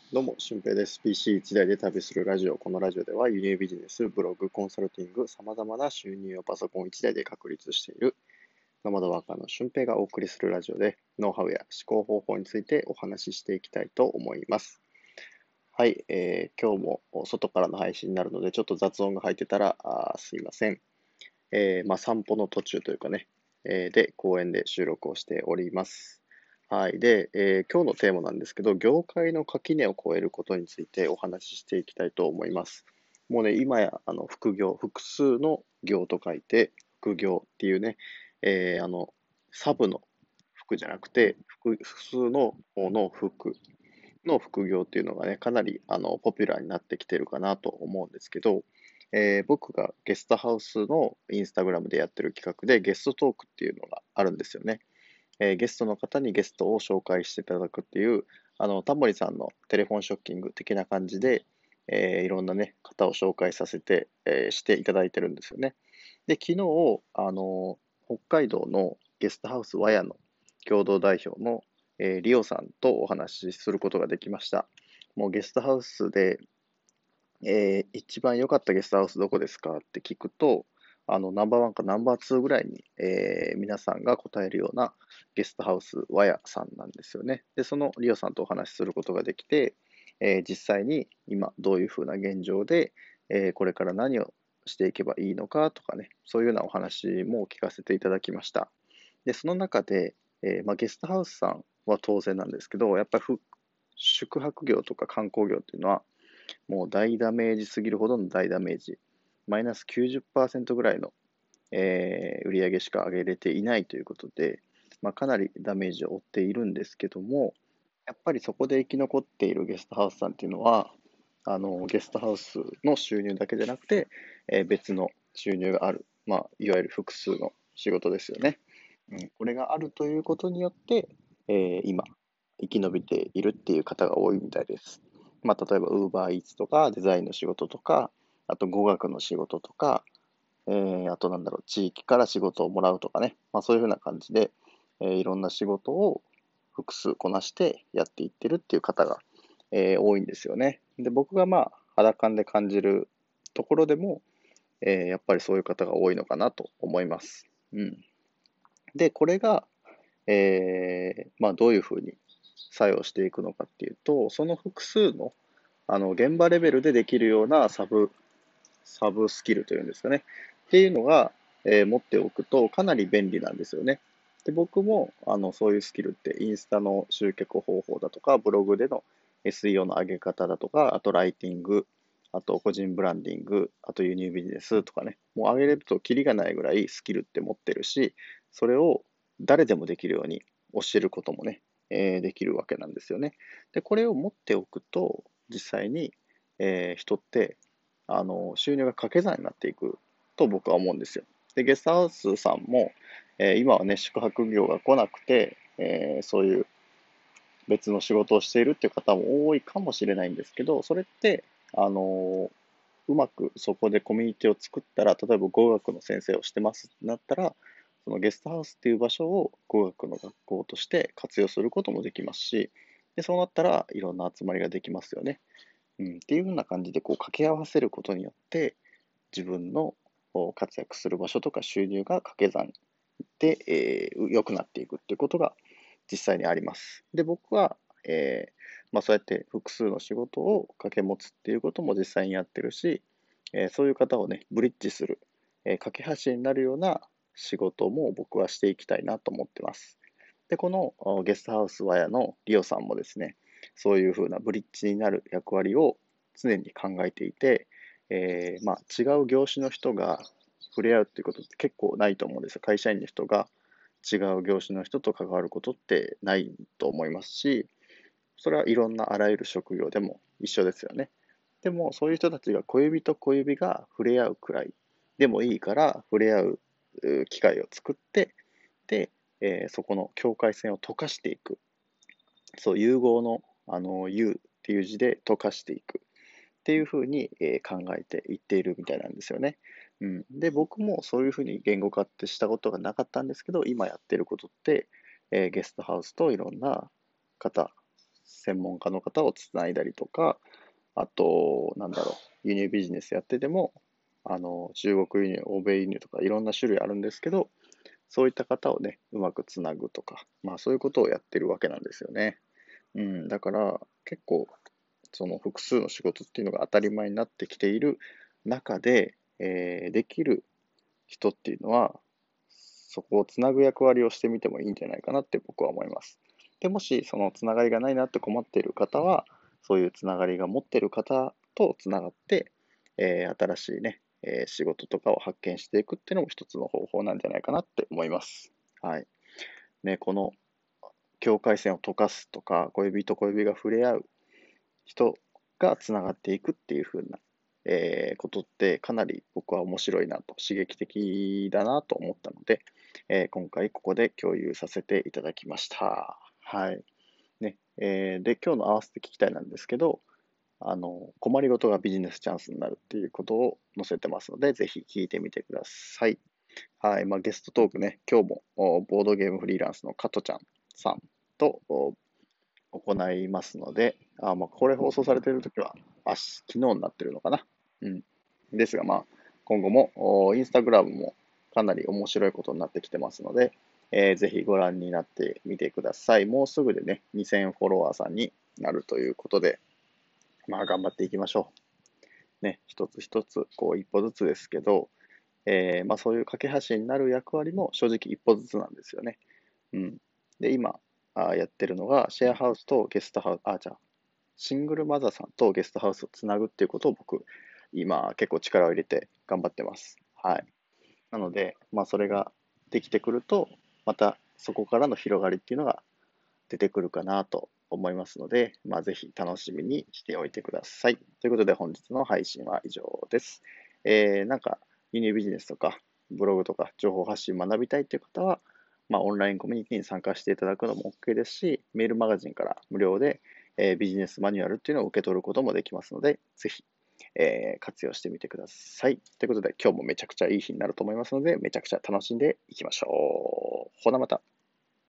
どうも、俊平です。PC 一台で旅するラジオ。このラジオでは輸入ビジネス、ブログ、コンサルティング、様々な収入をパソコン一台で確立しているノマドワーカーの俊平がお送りするラジオで、ノウハウや思考方法についてお話ししていきたいと思います。はい、今日も外からの配信になるので、ちょっと雑音が入ってたらすいません。散歩の途中というかね、で、公園で収録をしております。はい。で、今日のテーマなんですけど、業界の垣根を越えることについてお話ししていきたいと思います。もうね、今や、副業、複数の業と書いて、副業っていうね、サブの副じゃなくて、複数の方の副の副業っていうのがね、かなりポピュラーになってきてるかなと思うんですけど、僕がゲストハウスのインスタグラムでやってる企画でゲストトークっていうのがあるんですよね。ゲストの方にゲストを紹介していただくっていう、タモリさんのテレフォンショッキング的な感じで、いろんなね、方を紹介させて、していただいてるんですよね。で、昨日、北海道のゲストハウスワヤの共同代表の、リオさんとお話しすることができました。もうゲストハウスで、一番良かったゲストハウスどこですかって聞くと、ナンバーワンかナンバーツーぐらいに、皆さんが答えるようなゲストハウスワヤさんなんですよね。で、そのリオさんとお話しすることができて、実際に今どういうふうな現状で、これから何をしていけばいいのかとかね、そういうようなお話も聞かせていただきました。で、その中で、ゲストハウスさんは当然なんですけど、やっぱり宿泊業とか観光業っていうのは、もう大ダメージすぎるほどの大ダメージ、マイナス90%ぐらいの、売上しか上げれていないということで、かなりダメージを負っているんですけども、やっぱりそこで生き残っているゲストハウスさんっていうのは、ゲストハウスの収入だけじゃなくて、別の収入がある、いわゆる複数の仕事ですよね。これがあるということによって、今、生き延びているっていう方が多いみたいです。例えば、ウーバーイーツとか、デザインの仕事とか、あと語学の仕事とか、あとなんだろう、地域から仕事をもらうとかね、そういうふうな感じで、いろんな仕事を複数こなしてやっていってるっていう方が、多いんですよね。で、僕が肌感で感じるところでも、やっぱりそういう方が多いのかなと思います。うん。で、これが、どういうふうに作用していくのかっていうと、その複数の、現場レベルでできるようなサブスキルというんですかね。っていうのが、持っておくとかなり便利なんですよね。で、僕も、そういうスキルってインスタの集客方法だとか、ブログでの SEO の上げ方だとか、あとライティング、あと個人ブランディング、あと輸入ビジネスとかね、もう上げれるとキリがないぐらいスキルって持ってるし、それを誰でもできるように教えることもね、できるわけなんですよね。で、これを持っておくと、実際に、人って収入が掛け算になっていくと僕は思うんですよ。で、ゲストハウスさんも、今はね、宿泊業が来なくて、そういう別の仕事をしているっていう方も多いかもしれないんですけど、それって、あの、うまくそこでコミュニティを作ったら、例えば語学の先生をしてますってなったら、そのゲストハウスっていう場所を語学の学校として活用することもできますし、で、そうなったらいろんな集まりができますよね。っていうふうな感じでこう掛け合わせることによって自分の活躍する場所とか収入が掛け算で、良くなっていくっていうことが実際にあります。で、僕は、そうやって複数の仕事を掛け持つっていうことも実際にやってるし、そういう方をね、ブリッジする、架け橋になるような仕事も僕はしていきたいなと思ってます。で、このゲストハウスワヤのリオさんもですね、そういうふうなブリッジになる役割を常に考えていて、違う業種の人が触れ合うっていうことって結構ないと思うんですよ。会社員の人が違う業種の人と関わることってないと思いますし、それはいろんなあらゆる職業でも一緒ですよね。でも、そういう人たちが小指と小指が触れ合うくらいでもいいから、触れ合う機会を作って、で、そこの境界線を溶かしていく。そう、融合の、融っていう字で溶かしていくっていうふうに、考えていっているみたいなんですよね。で、僕もそういうふうに言語化ってしたことがなかったんですけど、今やってることって、ゲストハウスといろんな方専門家の方をつないだりとか、あと、輸入ビジネスやってても、中国輸入、欧米輸入とかいろんな種類あるんですけど、そういった方をね、うまくつなぐとか、そういうことをやってるわけなんですよね。だから結構、その複数の仕事っていうのが当たり前になってきている中で、できる人っていうのは、そこをつなぐ役割をしてみてもいいんじゃないかなって僕は思います。で、もしそのつながりがないなって困っている方は、そういうつながりが持っている方とつながって、新しいね、仕事とかを発見していくっていうのも一つの方法なんじゃないかなって思います。はい。ね、この境界線を溶かすとか、小指と小指が触れ合う人がつながっていくっていう風な、ことってかなり僕は面白いなと、刺激的だなと思ったので、今回ここで共有させていただきました。はい。ね、で、今日の合わせて聞きたいなんですけど、困りごとがビジネスチャンスになるっていうことを載せてますので、ぜひ聞いてみてください。はい。ゲストトークね、今日もボードゲームフリーランスの加トちゃんさんと行いますので、これ放送されているときは、昨日になってるのかな。うん。ですが、今後も、インスタグラムもかなり面白いことになってきてますので、ぜひご覧になってみてください。もうすぐでね、2000フォロワーさんになるということで、頑張っていきましょう。ね、一つ一つ、一歩ずつですけど、そういう架け橋になる役割も正直一歩ずつなんですよね。うん。で、今、やってるのが、シェアハウスとゲストハウス、シングルマザーさんとゲストハウスをつなぐっていうことを僕、今結構力を入れて頑張ってます。はい。なので、それができてくると、またそこからの広がりっていうのが出てくるかなと思いますので、ぜひ楽しみにしておいてください。ということで本日の配信は以上です。輸入ビジネスとか、ブログとか情報発信学びたいという方は、オンラインコミュニティに参加していただくのも OK ですし、メールマガジンから無料で、ビジネスマニュアルっていうのを受け取ることもできますので、ぜひ、活用してみてください。ということで、今日もめちゃくちゃいい日になると思いますので、めちゃくちゃ楽しんでいきましょう。ほなまた。